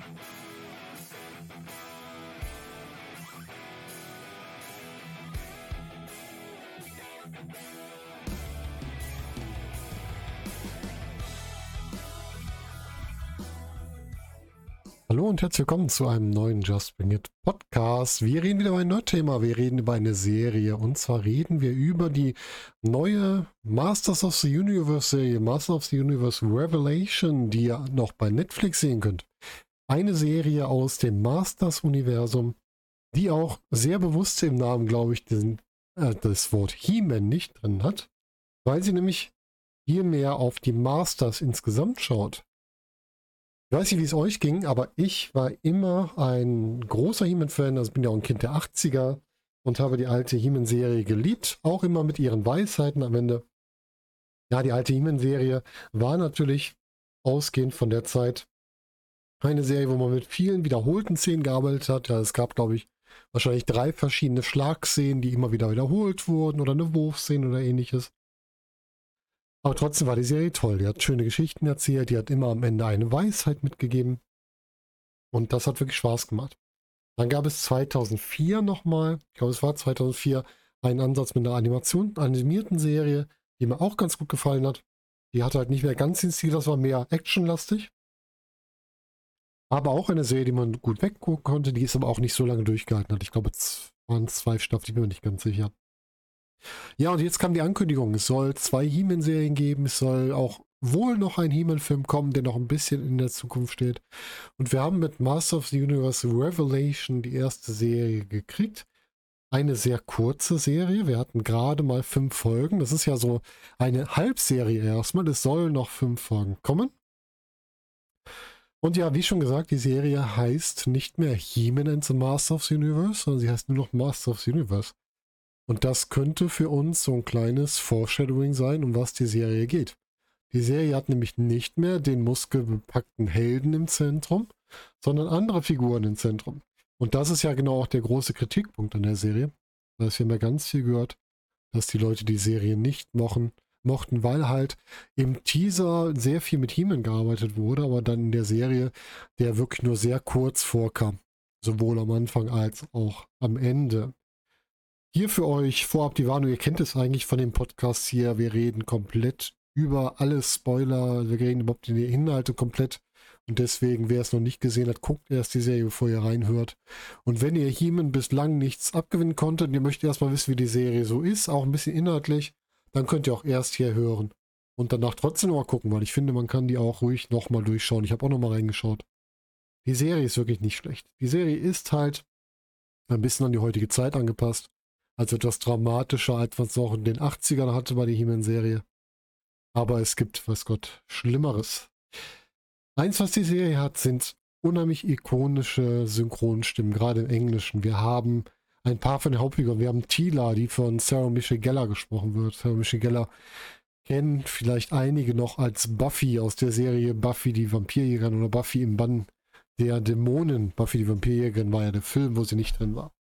Hallo und herzlich willkommen zu einem neuen Just Bring It Podcast. Wir reden wieder über ein neues Thema. Wir reden über eine Serie. Und zwar reden wir über die neue Masters of the Universe Serie, Masters of the Universe Revelation, die ihr noch bei Netflix sehen könnt. Eine Serie aus dem Masters-Universum, die auch sehr bewusst im Namen, glaube ich, das Wort He-Man nicht drin hat, weil sie nämlich hier mehr auf die Masters insgesamt schaut. Ich weiß nicht, wie es euch ging, aber ich war immer ein großer He-Man-Fan, also bin ja auch ein Kind der 80er und habe die alte He-Man-Serie geliebt, auch immer mit ihren Weisheiten am Ende. Ja, die alte He-Man-Serie war natürlich ausgehend von der Zeit eine Serie, wo man mit vielen wiederholten Szenen gearbeitet hat. Ja, es gab, glaube ich, wahrscheinlich 3 verschiedene Schlagszenen, die immer wieder wiederholt wurden oder eine Wurfszene oder ähnliches. Aber trotzdem war die Serie toll. Die hat schöne Geschichten erzählt, die hat immer am Ende eine Weisheit mitgegeben. Und das hat wirklich Spaß gemacht. Dann gab es 2004 nochmal, ich glaube es war 2004, einen Ansatz mit einer animierten Serie, die mir auch ganz gut gefallen hat. Die hatte halt nicht mehr ganz den Stil, das war mehr actionlastig. Aber auch eine Serie, die man gut weggucken konnte, die es aber auch nicht so lange durchgehalten hat. Ich glaube, es waren 2 Staffeln, ich bin mir nicht ganz sicher. Ja, und jetzt kam die Ankündigung, es soll 2 He-Man-Serien geben, es soll auch wohl noch ein He-Man-Film kommen, der noch ein bisschen in der Zukunft steht. Und wir haben mit Master of the Universe Revelation die erste Serie gekriegt. Eine sehr kurze Serie, wir hatten gerade mal 5 Folgen. Das ist ja so eine Halbserie erstmal, es sollen noch 5 Folgen kommen. Und ja, wie schon gesagt, die Serie heißt nicht mehr He-Man and the Master of the Universe, sondern sie heißt nur noch Master of the Universe. Und das könnte für uns so ein kleines Foreshadowing sein, um was die Serie geht. Die Serie hat nämlich nicht mehr den muskelbepackten Helden im Zentrum, sondern andere Figuren im Zentrum. Und das ist ja genau auch der große Kritikpunkt an der Serie. Da ist ja immer ganz viel gehört, dass die Leute die Serie nicht mochten, weil halt im Teaser sehr viel mit He-Man gearbeitet wurde, aber dann in der Serie der wirklich nur sehr kurz vorkam. Sowohl am Anfang als auch am Ende. Hier für euch vorab die Warnung, ihr kennt es eigentlich von dem Podcast hier, wir reden komplett über alle Spoiler, wir reden überhaupt die Inhalte komplett und deswegen, wer es noch nicht gesehen hat, guckt erst die Serie, bevor ihr reinhört. Und wenn ihr He-Man bislang nichts abgewinnen konntet und ihr möchtet erstmal wissen, wie die Serie so ist, auch ein bisschen inhaltlich, dann könnt ihr auch erst hier hören und danach trotzdem noch mal gucken, weil ich finde, man kann die auch ruhig nochmal durchschauen. Ich habe auch nochmal reingeschaut. Die Serie ist wirklich nicht schlecht. Die Serie ist halt ein bisschen an die heutige Zeit angepasst. Also etwas dramatischer, als was es auch in den 80ern hatte bei der He-Man-Serie. Aber es gibt, weiß Gott, Schlimmeres. Eins, was die Serie hat, sind unheimlich ikonische Synchronstimmen, gerade im Englischen. Wir haben ein paar von den Hauptfiguren. Wir haben Teela, die von Sarah Michelle Gellar gesprochen wird. Sarah Michelle Gellar kennen vielleicht einige noch als Buffy aus der Serie Buffy die Vampirjägerin oder Buffy im Bann der Dämonen. Buffy die Vampirjägerin war ja der Film, wo sie nicht drin war.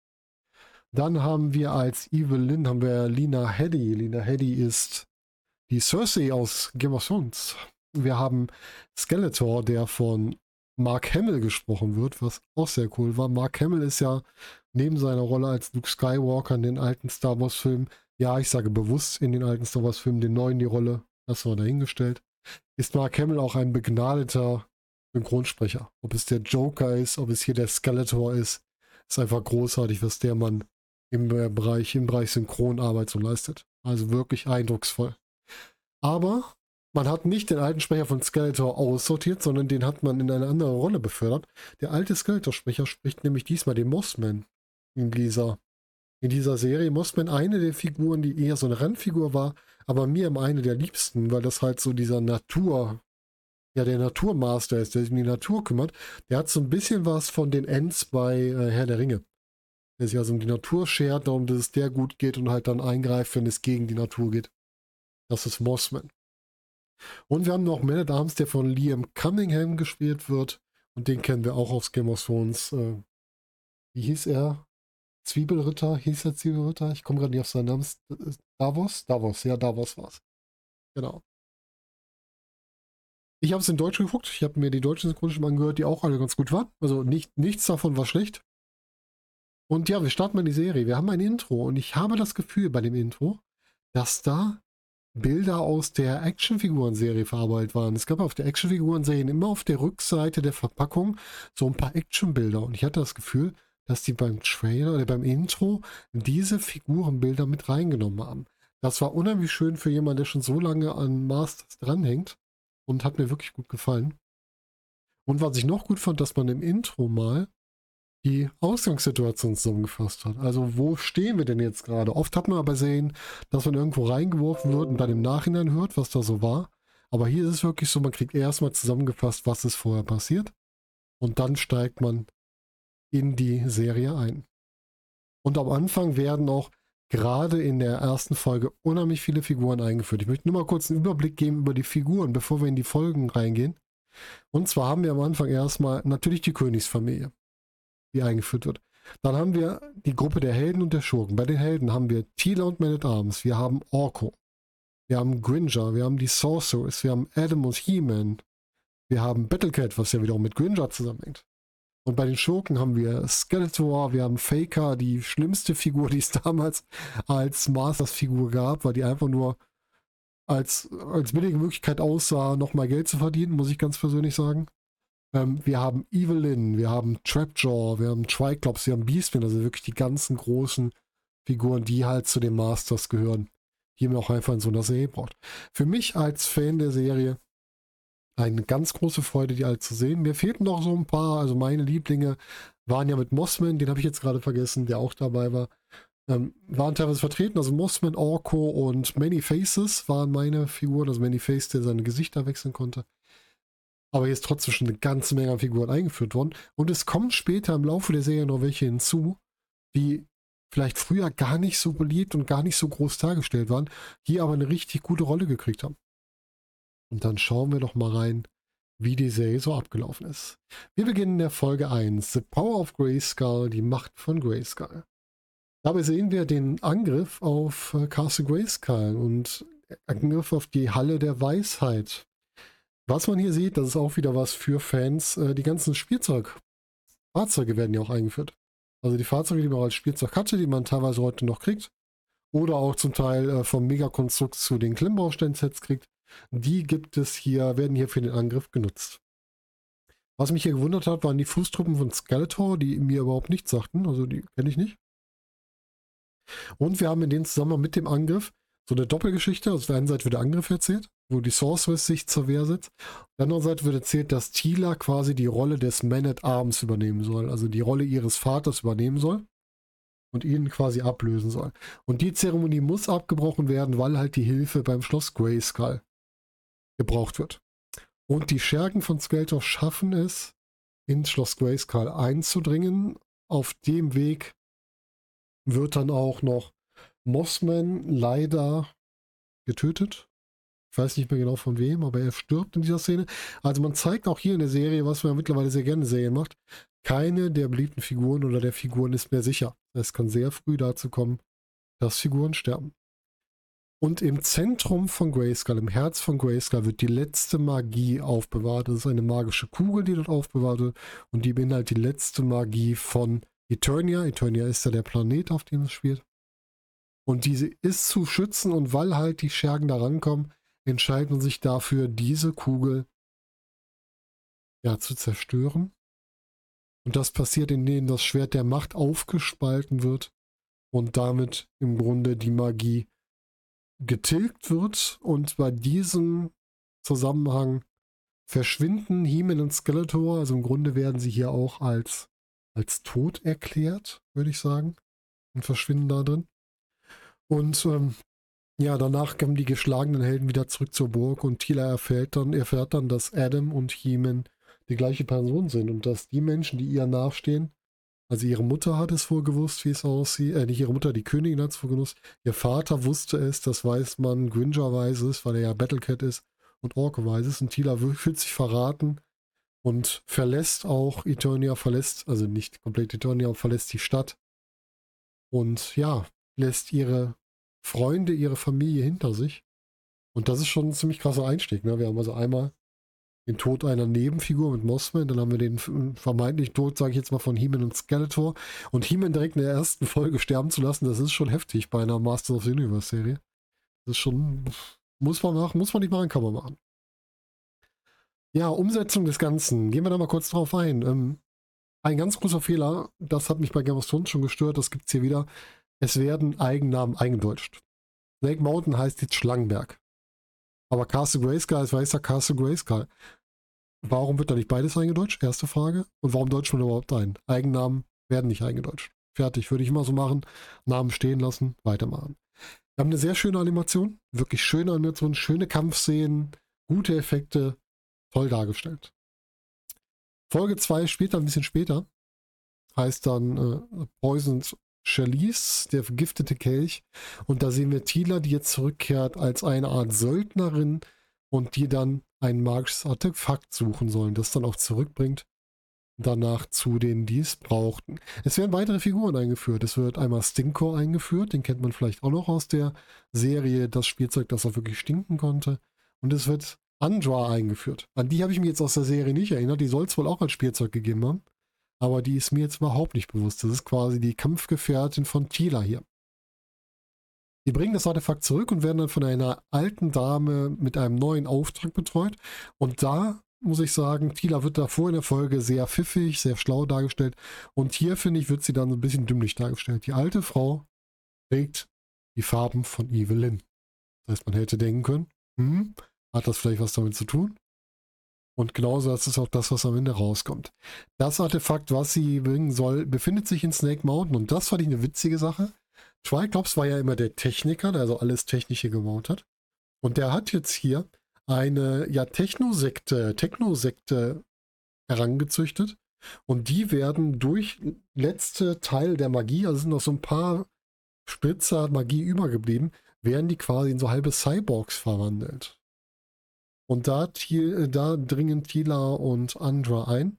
Dann haben wir als Evelyn haben wir Lena Headey. Lena Headey ist die Cersei aus Game of Thrones. Wir haben Skeletor, der von Mark Hamill gesprochen wird, was auch sehr cool war. Mark Hamill ist ja neben seiner Rolle als Luke Skywalker in den alten Star Wars Filmen, ja, ich sage bewusst in den alten Star Wars Filmen, den neuen die Rolle, das war dahingestellt, ist Mark Hamill auch ein begnadeter Synchronsprecher. Ob es der Joker ist, ob es hier der Skeletor ist einfach großartig, was der Mann im Bereich Synchronarbeit so leistet. Also wirklich eindrucksvoll. Aber man hat nicht den alten Sprecher von Skeletor aussortiert, sondern den hat man in eine andere Rolle befördert. Der alte Skeletor-Sprecher spricht nämlich diesmal den Mossman in dieser Serie. Mossman, eine der Figuren, die eher so eine Randfigur war, aber mir eine der liebsten, weil das halt so dieser der Naturmaster ist, der sich um die Natur kümmert. Der hat so ein bisschen was von den Ents bei Herr der Ringe. Der sich also um die Natur schert, darum, dass es der gut geht und halt dann eingreift, wenn es gegen die Natur geht. Das ist Mossman. Und wir haben noch Man at Arms, der von Liam Cunningham gespielt wird. Und den kennen wir auch aus Game of Thrones. Wie hieß er? Zwiebelritter? Hieß er Zwiebelritter? Ich komme gerade nicht auf seinen Namen. Davos? Davos, ja, Davos war's. Genau. Ich habe es in Deutsch geguckt. Ich habe mir die deutschen Synchronstimmen angehört, die auch alle ganz gut waren. Also nichts davon war schlecht. Und ja, wir starten mal die Serie. Wir haben ein Intro und ich habe das Gefühl bei dem Intro, dass da Bilder aus der Actionfiguren-Serie verarbeitet waren. Es gab auf der Actionfiguren-Serien immer auf der Rückseite der Verpackung so ein paar Actionbilder. Und ich hatte das Gefühl, dass die beim Trailer oder beim Intro diese Figurenbilder mit reingenommen haben. Das war unheimlich schön für jemanden, der schon so lange an Masters dranhängt und hat mir wirklich gut gefallen. Und was ich noch gut fand, dass man im Intro mal die Ausgangssituation zusammengefasst hat. Also wo stehen wir denn jetzt gerade? Oft hat man aber sehen, dass man irgendwo reingeworfen wird und dann im Nachhinein hört, was da so war. Aber hier ist es wirklich so, man kriegt erstmal zusammengefasst, was ist vorher passiert. Und dann steigt man in die Serie ein. Und am Anfang werden auch gerade in der ersten Folge unheimlich viele Figuren eingeführt. Ich möchte nur mal kurz einen Überblick geben über die Figuren, bevor wir in die Folgen reingehen. Und zwar haben wir am Anfang erstmal natürlich die Königsfamilie, die eingeführt wird. Dann haben wir die Gruppe der Helden und der Schurken. Bei den Helden haben wir Teela und Man at Arms, wir haben Orko, wir haben Gringer, wir haben die Sorceress, wir haben Adam und He-Man, wir haben Battlecat, was ja wiederum mit Gringer zusammenhängt. Und bei den Schurken haben wir Skeletor, wir haben Faker, die schlimmste Figur, die es damals als Masters-Figur gab, weil die einfach nur als billige Möglichkeit aussah, nochmal Geld zu verdienen, muss ich ganz persönlich sagen. Wir haben Evelyn, wir haben Trapjaw, wir haben Triclops, wir haben Beastman, also wirklich die ganzen großen Figuren, die halt zu den Masters gehören, die man auch einfach in so einer Serie braucht. Für mich als Fan der Serie eine ganz große Freude, die alle zu sehen. Mir fehlten noch so ein paar, also meine Lieblinge waren ja mit Mossman, den habe ich jetzt gerade vergessen, der auch dabei war, waren teilweise vertreten, also Mossman, Orko und Many Faces waren meine Figuren, also Many Face, der seine Gesichter wechseln konnte. Aber hier ist trotzdem schon eine ganze Menge an Figuren eingeführt worden. Und es kommen später im Laufe der Serie noch welche hinzu, die vielleicht früher gar nicht so beliebt und gar nicht so groß dargestellt waren, hier aber eine richtig gute Rolle gekriegt haben. Und dann schauen wir doch mal rein, wie die Serie so abgelaufen ist. Wir beginnen in der Folge 1, The Power of Grayskull, die Macht von Grayskull. Dabei sehen wir den Angriff auf Castle Grayskull und Angriff auf die Halle der Weisheit. Was man hier sieht, das ist auch wieder was für Fans. Die ganzen Fahrzeuge werden ja auch eingeführt. Also die Fahrzeuge, die man als Spielzeug hatte, die man teilweise heute noch kriegt. Oder auch zum Teil vom Megakonstrukt zu den Klemmbaustein-Sets kriegt. Die werden hier für den Angriff genutzt. Was mich hier gewundert hat, waren die Fußtruppen von Skeletor, die mir überhaupt nichts sagten. Also die kenne ich nicht. Und wir haben in dem Zusammenhang mit dem Angriff so eine Doppelgeschichte. Also auf der einen Seite wird der Angriff erzählt, wo die Sorceress sich zur Wehr setzt. Auf der anderen Seite wird erzählt, dass Teela quasi die Rolle des Man at Arms übernehmen soll. Also die Rolle ihres Vaters übernehmen soll und ihn quasi ablösen soll. Und die Zeremonie muss abgebrochen werden, weil halt die Hilfe beim Schloss Grayskull gebraucht wird. Und die Schergen von Skeletor schaffen es, ins Schloss Grayskull einzudringen. Auf dem Weg wird dann auch noch Mossman leider getötet. Ich weiß nicht mehr genau von wem, aber er stirbt in dieser Szene. Also man zeigt auch hier in der Serie, was man mittlerweile sehr gerne in Serien macht, keine der beliebten Figuren oder der Figuren ist mehr sicher. Es kann sehr früh dazu kommen, dass Figuren sterben. Und im Zentrum von Grayskull, im Herz von Grayskull, wird die letzte Magie aufbewahrt. Das ist eine magische Kugel, die dort aufbewahrt wird. Und die beinhaltet die letzte Magie von Eternia. Eternia ist ja der Planet, auf dem es spielt. Und diese ist zu schützen. Und weil halt die Schergen da rankommen, entscheidet man sich dafür, diese Kugel ja, zu zerstören. Und das passiert, indem das Schwert der Macht aufgespalten wird und damit im Grunde die Magie getilgt wird. Und bei diesem Zusammenhang verschwinden He-Man und Skeletor. Also im Grunde werden sie hier auch als tot erklärt, würde ich sagen. Und verschwinden da drin. Und ja, danach kommen die geschlagenen Helden wieder zurück zur Burg und Teela erfährt dann, dass Adam und He-Man die gleiche Person sind und dass die Menschen, die ihr nachstehen, also ihre Mutter hat es wohl gewusst, wie es aussieht, nicht ihre Mutter, die Königin hat es wohl gewusst, ihr Vater wusste es, das weiß man, Gringer weiß es, weil er ja Battlecat ist und Orko weiß es und Teela fühlt sich verraten und verlässt auch Eternia, also nicht komplett Eternia, aber verlässt die Stadt und ja, lässt ihre Freunde, ihre Familie hinter sich. Und das ist schon ein ziemlich krasser Einstieg. Ne? Wir haben also einmal den Tod einer Nebenfigur mit Mossman. Dann haben wir den vermeintlichen Tod, sage ich jetzt mal, von He-Man und Skeletor. Und He-Man direkt in der ersten Folge sterben zu lassen, das ist schon heftig bei einer Masters of the Universe Serie. Das ist schon, muss man machen, muss man nicht machen, kann man machen. Ja, Umsetzung des Ganzen. Gehen wir da mal kurz drauf ein. Ein ganz großer Fehler, das hat mich bei Game of Thrones schon gestört, das gibt es hier wieder. Es werden Eigennamen eingedeutscht. Snake Mountain heißt jetzt Schlangenberg. Aber Castle Grayskull ist weißer Castle Grayskull. Warum wird da nicht beides eingedeutscht? Erste Frage. Und warum deutscht man überhaupt ein? Eigennamen werden nicht eingedeutscht. Fertig, würde ich immer so machen. Namen stehen lassen, weitermachen. Wir haben eine sehr schöne Animation. Wirklich schöne Animation, schöne Kampfszenen, gute Effekte, toll dargestellt. Folge 2 spielt dann ein bisschen später. Heißt dann Poisoned Chalice, der vergiftete Kelch. Und da sehen wir Teela, die jetzt zurückkehrt als eine Art Söldnerin und die dann ein magisches Artefakt suchen sollen, das dann auch zurückbringt danach zu denen, die es brauchten. Es werden weitere Figuren eingeführt. Es wird einmal Stinkor eingeführt, den kennt man vielleicht auch noch aus der Serie, das Spielzeug, das auch wirklich stinken konnte. Und es wird Andra eingeführt. An die habe ich mich jetzt aus der Serie nicht erinnert. Die soll es wohl auch als Spielzeug gegeben haben. Aber die ist mir jetzt überhaupt nicht bewusst. Das ist quasi die Kampfgefährtin von Teela hier. Die bringen das Artefakt zurück und werden dann von einer alten Dame mit einem neuen Auftrag betreut. Und da muss ich sagen, Teela wird davor in der Folge sehr pfiffig, sehr schlau dargestellt. Und hier, finde ich, wird sie dann so ein bisschen dümmlich dargestellt. Die alte Frau trägt die Farben von Evelyn. Das heißt, man hätte denken können, hat das vielleicht was damit zu tun? Und genauso ist es auch das, was am Ende rauskommt. Das Artefakt, was sie bringen soll, befindet sich in Snake Mountain. Und das fand ich eine witzige Sache. Triclops war ja immer der Techniker, der also alles Technische gebaut hat. Und der hat jetzt hier eine Technosekte herangezüchtet. Und die werden durch letzte Teil der Magie, also sind noch so ein paar Spritzer Magie übergeblieben, werden die quasi in so halbe Cyborgs verwandelt. Und da dringen Teela und Andra ein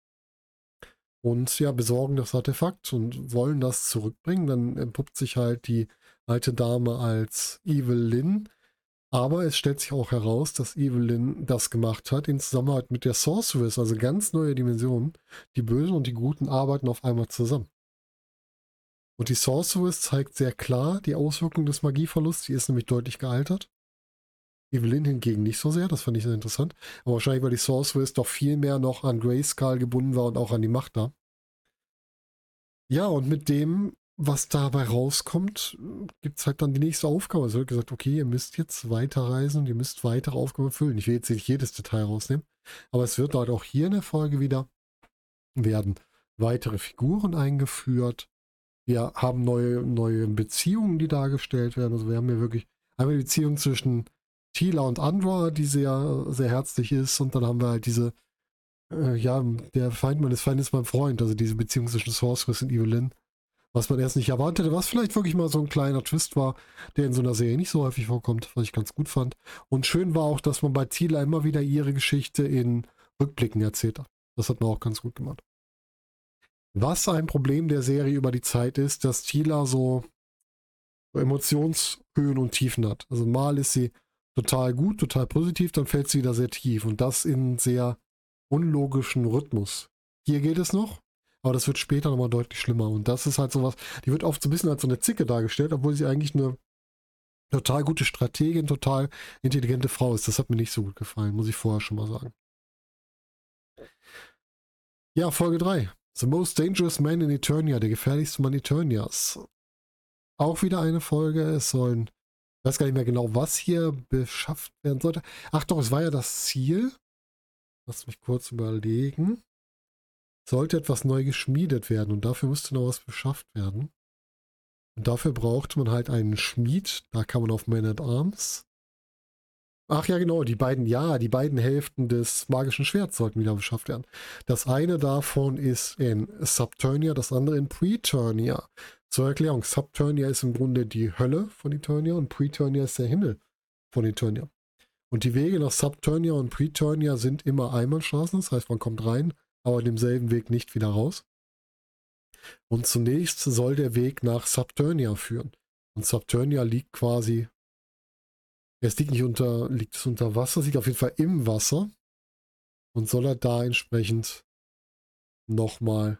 und ja, besorgen das Artefakt und wollen das zurückbringen. Dann entpuppt sich halt die alte Dame als Evelyn. Aber es stellt sich auch heraus, dass Evelyn das gemacht hat in Zusammenarbeit mit der Sorceress, also ganz neue Dimensionen. Die Bösen und die Guten arbeiten auf einmal zusammen. Und die Sorceress zeigt sehr klar die Auswirkungen des Magieverlusts. Die ist nämlich deutlich gealtert. Evelyn hingegen nicht so sehr, das fand ich sehr interessant. Aber wahrscheinlich, weil die Sorceress doch viel mehr noch an Grayskull gebunden war und auch an die Macht da. Ja, und mit dem, was dabei rauskommt, gibt es halt dann die nächste Aufgabe. Es wird gesagt, okay, ihr müsst jetzt weiterreisen und ihr müsst weitere Aufgaben erfüllen. Ich will jetzt nicht jedes Detail rausnehmen, aber es wird halt auch hier in der Folge wieder werden weitere Figuren eingeführt. Wir haben neue Beziehungen, die dargestellt werden. Also wir haben hier wirklich einmal die Beziehung zwischen Teela und Andra, die sehr, sehr herzlich ist. Und dann haben wir halt diese, der Feind meines Feindes ist mein Freund. Also diese Beziehung zwischen Sorceress und Evelyn. Was man erst nicht erwartete, was vielleicht wirklich mal so ein kleiner Twist war, der in so einer Serie nicht so häufig vorkommt, was ich ganz gut fand. Und schön war auch, dass man bei Teela immer wieder ihre Geschichte in Rückblicken erzählt hat. Das hat man auch ganz gut gemacht. Was ein Problem der Serie über die Zeit ist, dass Teela so Emotionshöhen und Tiefen hat. Also mal ist sie total gut, total positiv, dann fällt sie wieder sehr tief und das in sehr unlogischen Rhythmus. Hier geht es noch, aber das wird später nochmal deutlich schlimmer und das ist halt sowas, die wird oft so ein bisschen als so eine Zicke dargestellt, obwohl sie eigentlich eine total gute Strategin, total intelligente Frau ist. Das hat mir nicht so gut gefallen, muss ich vorher schon mal sagen. Ja, Folge 3. The Most Dangerous Man in Eternia, der gefährlichste Mann Eternias. Auch wieder eine Folge, es sollen, ich weiß gar nicht mehr genau, was hier beschafft werden sollte. Ach doch, es war ja das Ziel. Lass mich kurz überlegen. Sollte etwas neu geschmiedet werden und dafür musste noch was beschafft werden. Und dafür brauchte man halt einen Schmied. Da kann man auf Man at Arms. Ach ja, genau, die beiden Hälften des magischen Schwerts sollten wieder beschafft werden. Das eine davon ist in Subternia, das andere in Preternia. Zur Erklärung, Subternia ist im Grunde die Hölle von Eternia und Preternia ist der Himmel von Eternia. Und die Wege nach Subternia und Preternia sind immer Einbahnstraßen, das heißt, man kommt rein, aber demselben Weg nicht wieder raus. Und zunächst soll der Weg nach Subternia führen. Und Subternia liegt quasi, es liegt nicht liegt es unter Wasser, es liegt auf jeden Fall im Wasser. und soll er da entsprechend nochmal,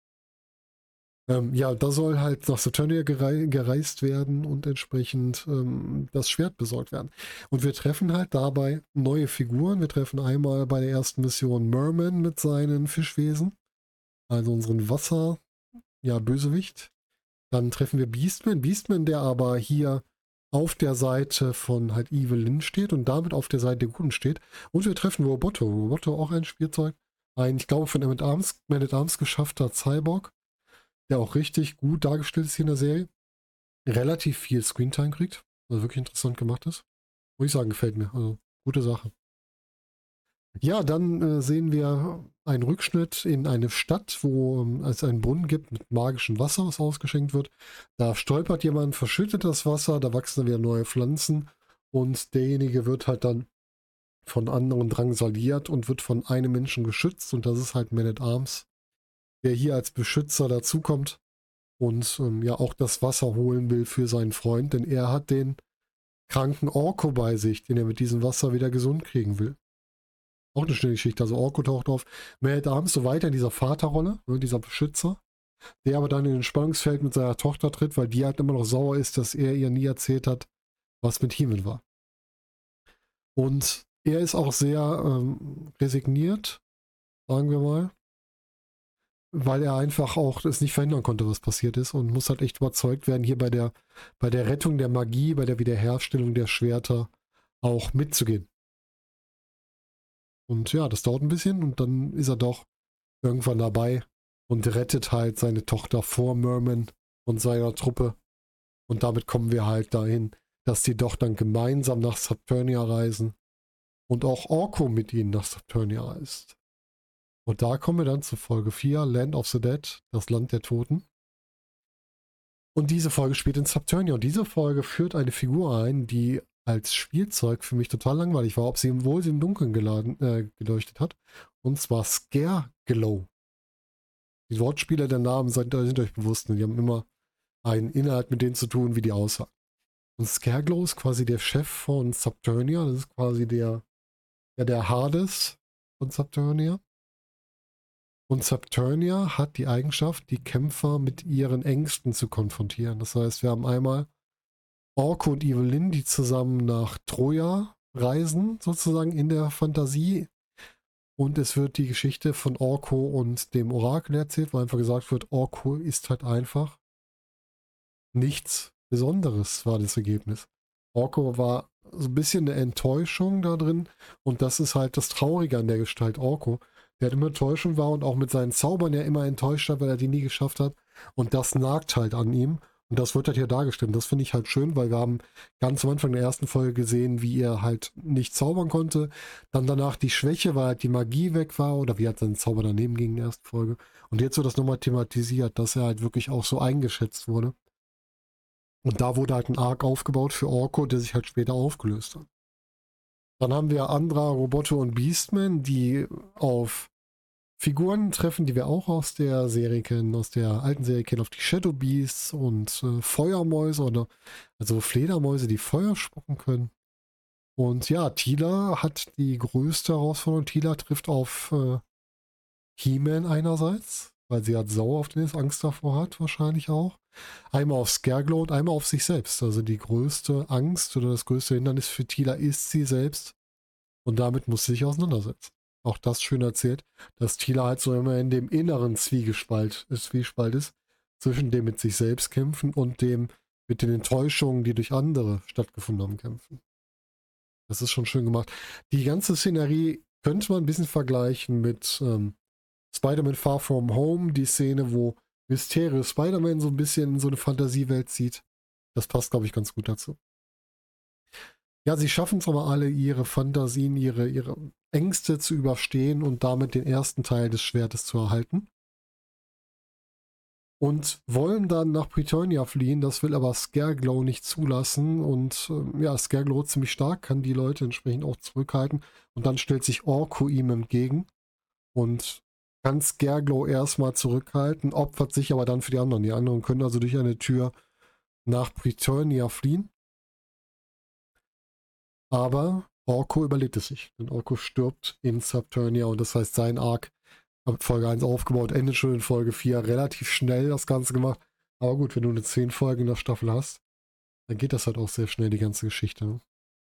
ja, da soll halt nach Saturnia gereist werden und entsprechend das Schwert besorgt werden. Und wir treffen halt dabei neue Figuren. Wir treffen einmal bei der ersten Mission Merman mit seinen Fischwesen, also unseren Wasser, ja, Bösewicht. Dann treffen wir Beastman. Beastman, der aber hier auf der Seite von halt Evelyn steht und damit auf der Seite der Guten steht. Und wir treffen Roboto. Roboto, auch ein Spielzeug. Ein, ich glaube, von Man at Arms geschaffter Cyborg, der auch richtig gut dargestellt ist hier in der Serie. Relativ viel Screentime kriegt. Also wirklich interessant gemacht ist. Muss ich sagen, gefällt mir. Also gute Sache. Ja, dann sehen wir einen Rückschnitt in eine Stadt, wo es einen Brunnen gibt mit magischem Wasser, was ausgeschenkt wird. Da stolpert jemand, verschüttet das Wasser, da wachsen dann wieder neue Pflanzen und derjenige wird halt dann von anderen drangsaliert und wird von einem Menschen geschützt und das ist halt Man at Arms, der hier als Beschützer dazukommt und ja auch das Wasser holen will für seinen Freund, denn er hat den kranken Orko bei sich, den er mit diesem Wasser wieder gesund kriegen will. Auch eine schöne Geschichte. Also Orko taucht auf. Man at Arms so weiter in dieser Vaterrolle, ne, dieser Beschützer, der aber dann in den Spannungsfeld mit seiner Tochter tritt, weil die halt immer noch sauer ist, dass er ihr nie erzählt hat, was mit He-Man war. Und er ist auch sehr resigniert, sagen wir mal, weil er einfach auch es nicht verhindern konnte, was passiert ist und muss halt echt überzeugt werden, hier bei der Rettung der Magie, bei der Wiederherstellung der Schwerter auch mitzugehen. Und ja, das dauert ein bisschen und dann ist er doch irgendwann dabei und rettet halt seine Tochter vor Merman und seiner Truppe. Und damit kommen wir halt dahin, dass die doch dann gemeinsam nach Saturnia reisen und auch Orko mit ihnen nach Saturnia reist. Und da kommen wir dann zu Folge 4, Land of the Dead, das Land der Toten. Und diese Folge spielt in Saturnia. Und diese Folge führt eine Figur ein, die als Spielzeug für mich total langweilig war, obwohl sie im Dunkeln geleuchtet hat. Und zwar Scareglow. Die Wortspiele der Namen sind euch bewusst. Die haben immer einen Inhalt mit denen zu tun, wie die aussahen. Und Scareglow ist quasi der Chef von Saturnia. Das ist quasi der Hades von Saturnia. Und Saturnia hat die Eigenschaft, die Kämpfer mit ihren Ängsten zu konfrontieren. Das heißt, wir haben einmal Orko und Evelyn, die zusammen nach Troja reisen, sozusagen in der Fantasie. Und es wird die Geschichte von Orko und dem Orakel erzählt, wo einfach gesagt wird, Orko ist halt einfach nichts Besonderes, war das Ergebnis. Orko war so ein bisschen eine Enttäuschung da drin und das ist halt das Traurige an der Gestalt Orko, der halt immer enttäuschend war und auch mit seinen Zaubern ja immer enttäuscht hat, weil er die nie geschafft hat und das nagt halt an ihm und das wird halt hier dargestellt. Das finde ich halt schön, weil wir haben ganz am Anfang der ersten Folge gesehen, wie er halt nicht zaubern konnte, dann danach die Schwäche, weil halt die Magie weg war oder wie halt sein Zauber daneben ging in der ersten Folge und jetzt wird das nochmal thematisiert, dass er halt wirklich auch so eingeschätzt wurde. Und da wurde halt ein Arc aufgebaut für Orko, der sich halt später aufgelöst hat. Dann haben wir Andra, Roboto und Beastman, die auf Figuren treffen, die wir auch aus der Serie kennen, aus der alten Serie kennen, auf die Shadow Beasts und Feuermäuse oder also Fledermäuse, die Feuer spucken können. Und ja, Teela hat die größte Herausforderung. Teela trifft auf He-Man einerseits, weil sie halt sauer auf den ist, Angst davor hat wahrscheinlich auch. Einmal auf Scareglow und einmal auf sich selbst. Also die größte Angst oder das größte Hindernis für Teela ist sie selbst. Und damit muss sie sich auseinandersetzen. Auch das schön erzählt, dass Teela halt so immer in dem inneren Zwiespalt ist, zwischen dem mit sich selbst kämpfen und dem mit den Enttäuschungen, die durch andere stattgefunden haben, kämpfen. Das ist schon schön gemacht. Die ganze Szenerie könnte man ein bisschen vergleichen mit Spider-Man Far From Home, die Szene, wo Mysterio Spider-Man so ein bisschen in so eine Fantasiewelt zieht. Das passt, glaube ich, ganz gut dazu. Ja, sie schaffen es aber alle, ihre Fantasien, ihre Ängste zu überstehen und damit den ersten Teil des Schwertes zu erhalten. Und wollen dann nach Bretonnia fliehen, das will aber Scareglow nicht zulassen. Und ja, Scareglow ziemlich stark, kann die Leute entsprechend auch zurückhalten. Und dann stellt sich Orko ihm entgegen und kann Scareglow erstmal zurückhalten, opfert sich aber dann für die anderen. Die anderen können also durch eine Tür nach Bretonnia fliehen. Aber Orko überlebt es nicht. Denn Orko stirbt in Subternia und das heißt, sein Arc, ab Folge 1 aufgebaut, endet schon in Folge 4, relativ schnell das Ganze gemacht. Aber gut, wenn du eine 10 Folgen in der Staffel hast, dann geht das halt auch sehr schnell, die ganze Geschichte. Ne?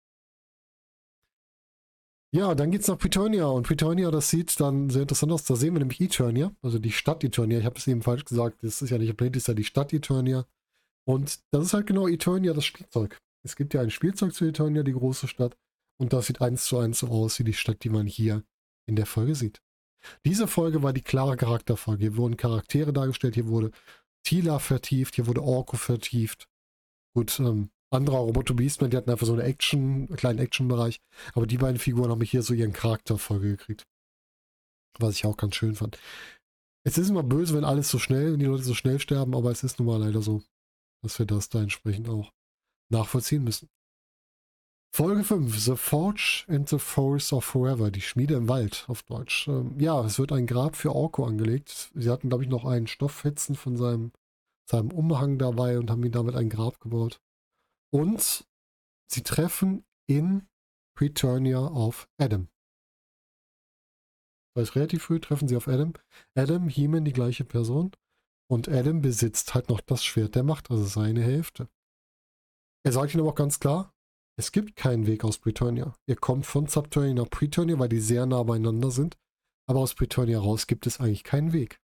Ja, dann geht's nach Preturnia und Preturnia, das sieht dann sehr interessant aus. Da sehen wir nämlich Eternia, also die Stadt Eternia. Ich habe es eben falsch gesagt, das ist ja nicht ein Planet, das ist ja die Stadt Eternia. Und das ist halt genau Eternia, das Spielzeug. Es gibt ja ein Spielzeug zu Eternia, die große Stadt. Und das sieht 1:1 so aus wie die Stadt, die man hier in der Folge sieht. Diese Folge war die klare Charakterfolge. Hier wurden Charaktere dargestellt, hier wurde Tila vertieft, hier wurde Orko vertieft. Gut, anderer Roboto Beastman, die hatten einfach so einen kleinen Action-Bereich. Aber die beiden Figuren haben hier so ihren Charakterfolge gekriegt. Was ich auch ganz schön fand. Es ist immer böse, wenn alles so schnell, wenn die Leute so schnell sterben, aber es ist nun mal leider so, dass wir das da entsprechend auch nachvollziehen müssen. Folge 5, The Forge and the Forest of Forever, die Schmiede im Wald auf Deutsch. Ja, es wird ein Grab für Orko angelegt. Sie hatten, glaube ich, noch einen Stofffetzen von seinem Umhang dabei und haben ihm damit ein Grab gebaut. Und sie treffen in Preturnia auf Adam. Das heißt, relativ früh treffen sie auf Adam. Adam, He-Man, die gleiche Person. Und Adam besitzt halt noch das Schwert der Macht, also seine Hälfte. Er sagt ihnen aber auch ganz klar, es gibt keinen Weg aus Preturnia. Ihr kommt von Subternia nach Preturnia, weil die sehr nah beieinander sind. Aber aus Preturnia raus gibt es eigentlich keinen Weg.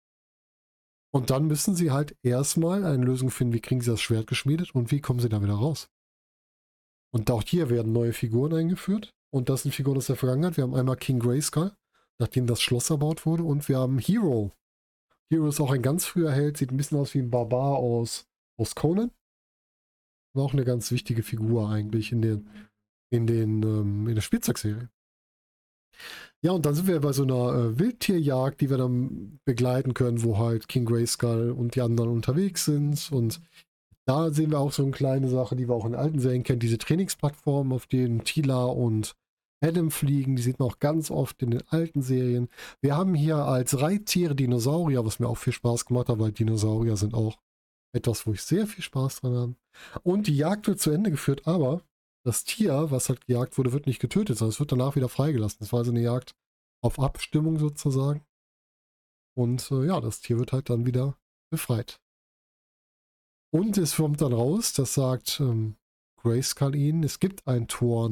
Und dann müssen sie halt erstmal eine Lösung finden, wie kriegen sie das Schwert geschmiedet und wie kommen sie da wieder raus. Und auch hier werden neue Figuren eingeführt. Und das sind Figuren aus der Vergangenheit. Wir haben einmal King Grayskull, nachdem das Schloss erbaut wurde. Und wir haben Hero. Hero ist auch ein ganz früher Held, sieht ein bisschen aus wie ein Barbar aus Conan. War auch eine ganz wichtige Figur eigentlich in der Spielzeugserie. Ja, und dann sind wir bei so einer Wildtierjagd, die wir dann begleiten können, wo halt King Grayskull und die anderen unterwegs sind. Und da sehen wir auch so eine kleine Sache, die wir auch in alten Serien kennen, diese Trainingsplattformen, auf denen Tila und Adam fliegen, die sieht man auch ganz oft in den alten Serien. Wir haben hier als Reittiere Dinosaurier, was mir auch viel Spaß gemacht hat, weil Dinosaurier sind auch etwas, wo ich sehr viel Spaß dran habe. Und die Jagd wird zu Ende geführt, aber das Tier, was halt gejagt wurde, wird nicht getötet, sondern es wird danach wieder freigelassen. Das war also eine Jagd auf Abstimmung sozusagen. Und ja, das Tier wird halt dann wieder befreit. Und es kommt dann raus, das sagt Grayskull ihnen, es gibt ein Tor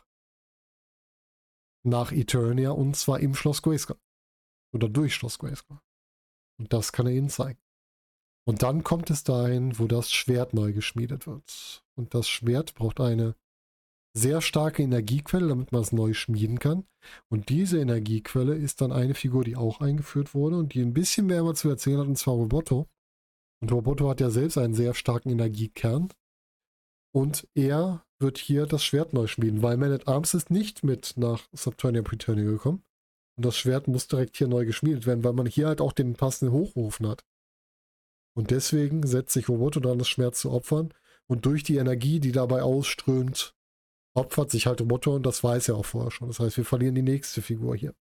nach Eternia und zwar im Schloss Grayskull. Oder durch Schloss Grayskull. Und das kann er ihnen zeigen. Und dann kommt es dahin, wo das Schwert neu geschmiedet wird. Und das Schwert braucht eine sehr starke Energiequelle, damit man es neu schmieden kann. Und diese Energiequelle ist dann eine Figur, die auch eingeführt wurde und die ein bisschen mehr immer zu erzählen hat, und zwar Roboto. Und Roboto hat ja selbst einen sehr starken Energiekern. Und er wird hier das Schwert neu schmieden, weil Man at Arms ist nicht mit nach Subternia Preturnia gekommen. Und das Schwert muss direkt hier neu geschmiedet werden, weil man hier halt auch den passenden Hochofen hat. Und deswegen setzt sich Roboto daran, das Schwert zu opfern. Und durch die Energie, die dabei ausströmt, opfert sich halt Roboto und das weiß er auch vorher schon. Das heißt, wir verlieren die nächste Figur hier.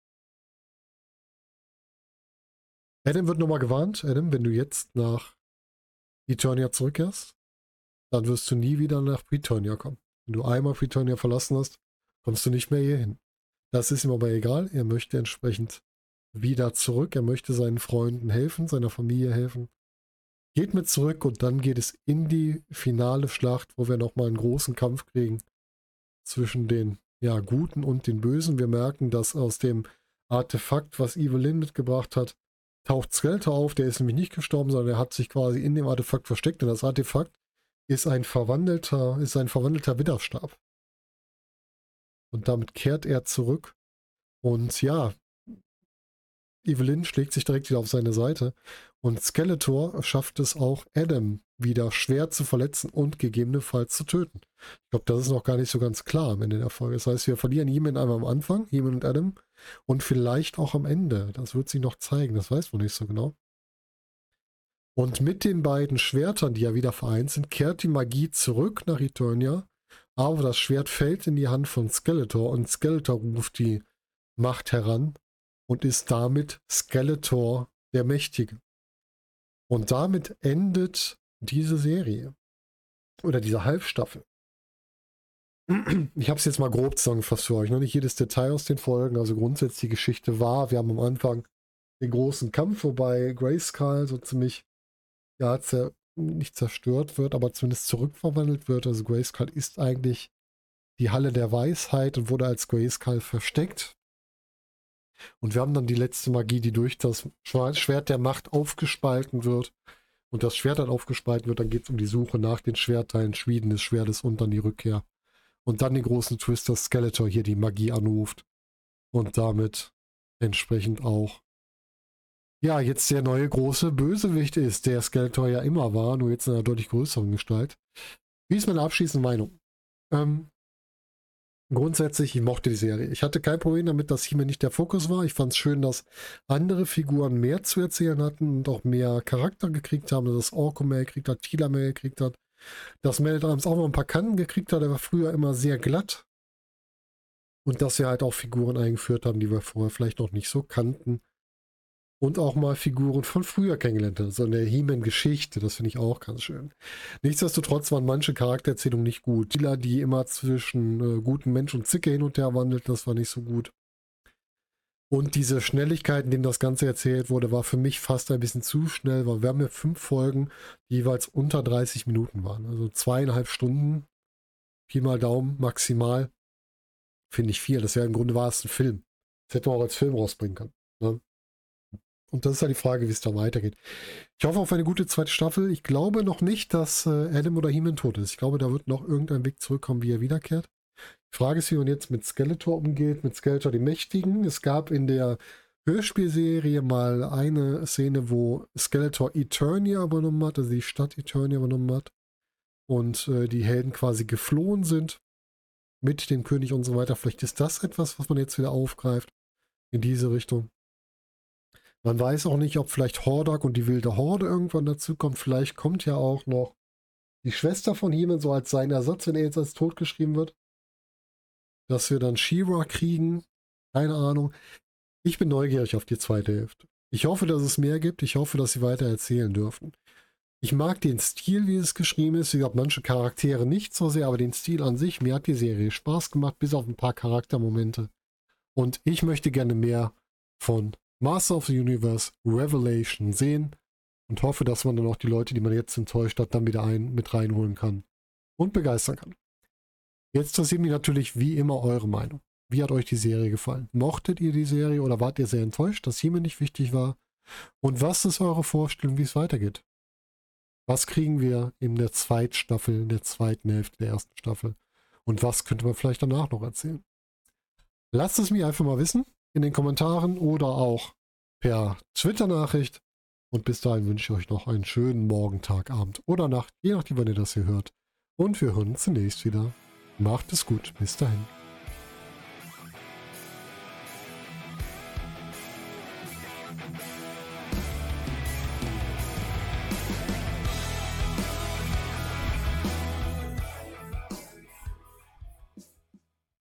Adam wird nochmal gewarnt. Adam, wenn du jetzt nach Eternia zurückkehrst, dann wirst du nie wieder nach Preturnia kommen. Wenn du einmal Preturnia verlassen hast, kommst du nicht mehr hier hin. Das ist ihm aber egal. Er möchte entsprechend wieder zurück. Er möchte seinen Freunden helfen, seiner Familie helfen. Geht mit zurück und dann geht es in die finale Schlacht, wo wir nochmal einen großen Kampf kriegen zwischen den Guten und den Bösen. Wir merken, dass aus dem Artefakt, was Evelyn mitgebracht hat, taucht Skeletor auf. Der ist nämlich nicht gestorben, sondern er hat sich quasi in dem Artefakt versteckt. Und das Artefakt ist ein verwandelter Widderstab. Und damit kehrt er zurück. Und ja, Evelyn schlägt sich direkt wieder auf seine Seite. Und Skeletor schafft es auch, Adam wieder schwer zu verletzen und gegebenenfalls zu töten. Ich glaube, das ist noch gar nicht so ganz klar am Ende der Folge. Das heißt, wir verlieren He-Man einmal am Anfang, He-Man und Adam, und vielleicht auch am Ende. Das wird sich noch zeigen, das weiß man nicht so genau. Und mit den beiden Schwertern, die ja wieder vereint sind, kehrt die Magie zurück nach Eternia, aber das Schwert fällt in die Hand von Skeletor und Skeletor ruft die Macht heran und ist damit Skeletor der Mächtige. Und damit endet diese Serie. Oder diese Halbstaffel. Ich habe es jetzt mal grob zusammengefasst für euch. Noch nicht jedes Detail aus den Folgen. Also grundsätzlich die Geschichte war, wir haben am Anfang den großen Kampf, wobei Grayskull so ziemlich, ja, nicht zerstört wird, aber zumindest zurückverwandelt wird. Also Grayskull ist eigentlich die Halle der Weisheit und wurde als Grayskull versteckt. Und wir haben dann die letzte Magie, die durch das Schwert der Macht aufgespalten wird. Und das Schwert dann aufgespalten wird, dann geht es um die Suche nach den Schwertteilen, Schmieden des Schwertes und dann die Rückkehr. Und dann den großen Twist, dass Skeletor hier die Magie anruft. Und damit entsprechend auch, ja, jetzt der neue große Bösewicht ist, der Skeletor ja immer war, nur jetzt in einer deutlich größeren Gestalt. Wie ist meine abschließende Meinung? Grundsätzlich, ich mochte die Serie. Ich hatte kein Problem damit, dass He-Man nicht der Fokus war. Ich fand es schön, dass andere Figuren mehr zu erzählen hatten und auch mehr Charakter gekriegt haben, dass Orko mehr gekriegt hat, Teela mehr gekriegt hat, dass Meldrams auch noch ein paar Kanten gekriegt hat. Er war früher immer sehr glatt. Und dass wir halt auch Figuren eingeführt haben, die wir vorher vielleicht noch nicht so kannten. Und auch mal Figuren von früher kennengelernt haben. So eine He-Man-Geschichte, das finde ich auch ganz schön. Nichtsdestotrotz waren manche Charaktererzählungen nicht gut. Teela, die immer zwischen guten Mensch und Zicke hin und her wandelt, das war nicht so gut. Und diese Schnelligkeit, in denen das Ganze erzählt wurde, war für mich fast ein bisschen zu schnell, weil wir haben ja 5 Folgen, die jeweils unter 30 Minuten waren. Also 2,5 Stunden, Pi mal Daumen, maximal. Finde ich viel. Das wäre im Grunde war es ein Film. Das hätte man auch als Film rausbringen können. Ne? Und das ist halt die Frage, wie es da weitergeht. Ich hoffe auf eine gute zweite Staffel. Ich glaube noch nicht, dass Adam oder He-Man tot ist. Ich glaube, da wird noch irgendein Weg zurückkommen, wie er wiederkehrt. Die Frage ist, wie man jetzt mit Skeletor umgeht, mit Skeletor dem Mächtigen. Es gab in der Hörspielserie mal eine Szene, wo Skeletor Eternia übernommen hat, also die Stadt Eternia übernommen hat. Und die Helden quasi geflohen sind mit dem König und so weiter. Vielleicht ist das etwas, was man jetzt wieder aufgreift in diese Richtung. Man weiß auch nicht, ob vielleicht Hordak und die wilde Horde irgendwann dazu kommt. Vielleicht kommt ja auch noch die Schwester von He-Man so als sein Ersatz, wenn er jetzt als tot geschrieben wird. Dass wir dann She-Ra kriegen. Keine Ahnung. Ich bin neugierig auf die zweite Hälfte. Ich hoffe, dass es mehr gibt. Ich hoffe, dass sie weiter erzählen dürfen. Ich mag den Stil, wie es geschrieben ist. Ich glaube, manche Charaktere nicht so sehr, aber den Stil an sich, mir hat die Serie Spaß gemacht, bis auf ein paar Charaktermomente. Und ich möchte gerne mehr von Master of the Universe Revelation sehen und hoffe, dass man dann auch die Leute, die man jetzt enttäuscht hat, dann wieder mit reinholen kann und begeistern kann. Jetzt interessiert mich natürlich wie immer eure Meinung. Wie hat euch die Serie gefallen? Mochtet ihr die Serie oder wart ihr sehr enttäuscht, dass He-Man nicht wichtig war? Und was ist eure Vorstellung, wie es weitergeht? Was kriegen wir in der Zweitstaffel, in der zweiten Hälfte der ersten Staffel? Und was könnte man vielleicht danach noch erzählen? Lasst es mich einfach mal wissen in den Kommentaren oder auch per Twitter-Nachricht. Und bis dahin wünsche ich euch noch einen schönen Morgen, Tag, Abend oder Nacht, je nachdem, wann ihr das hier hört. Und wir hören uns zunächst wieder. Macht es gut. Bis dahin.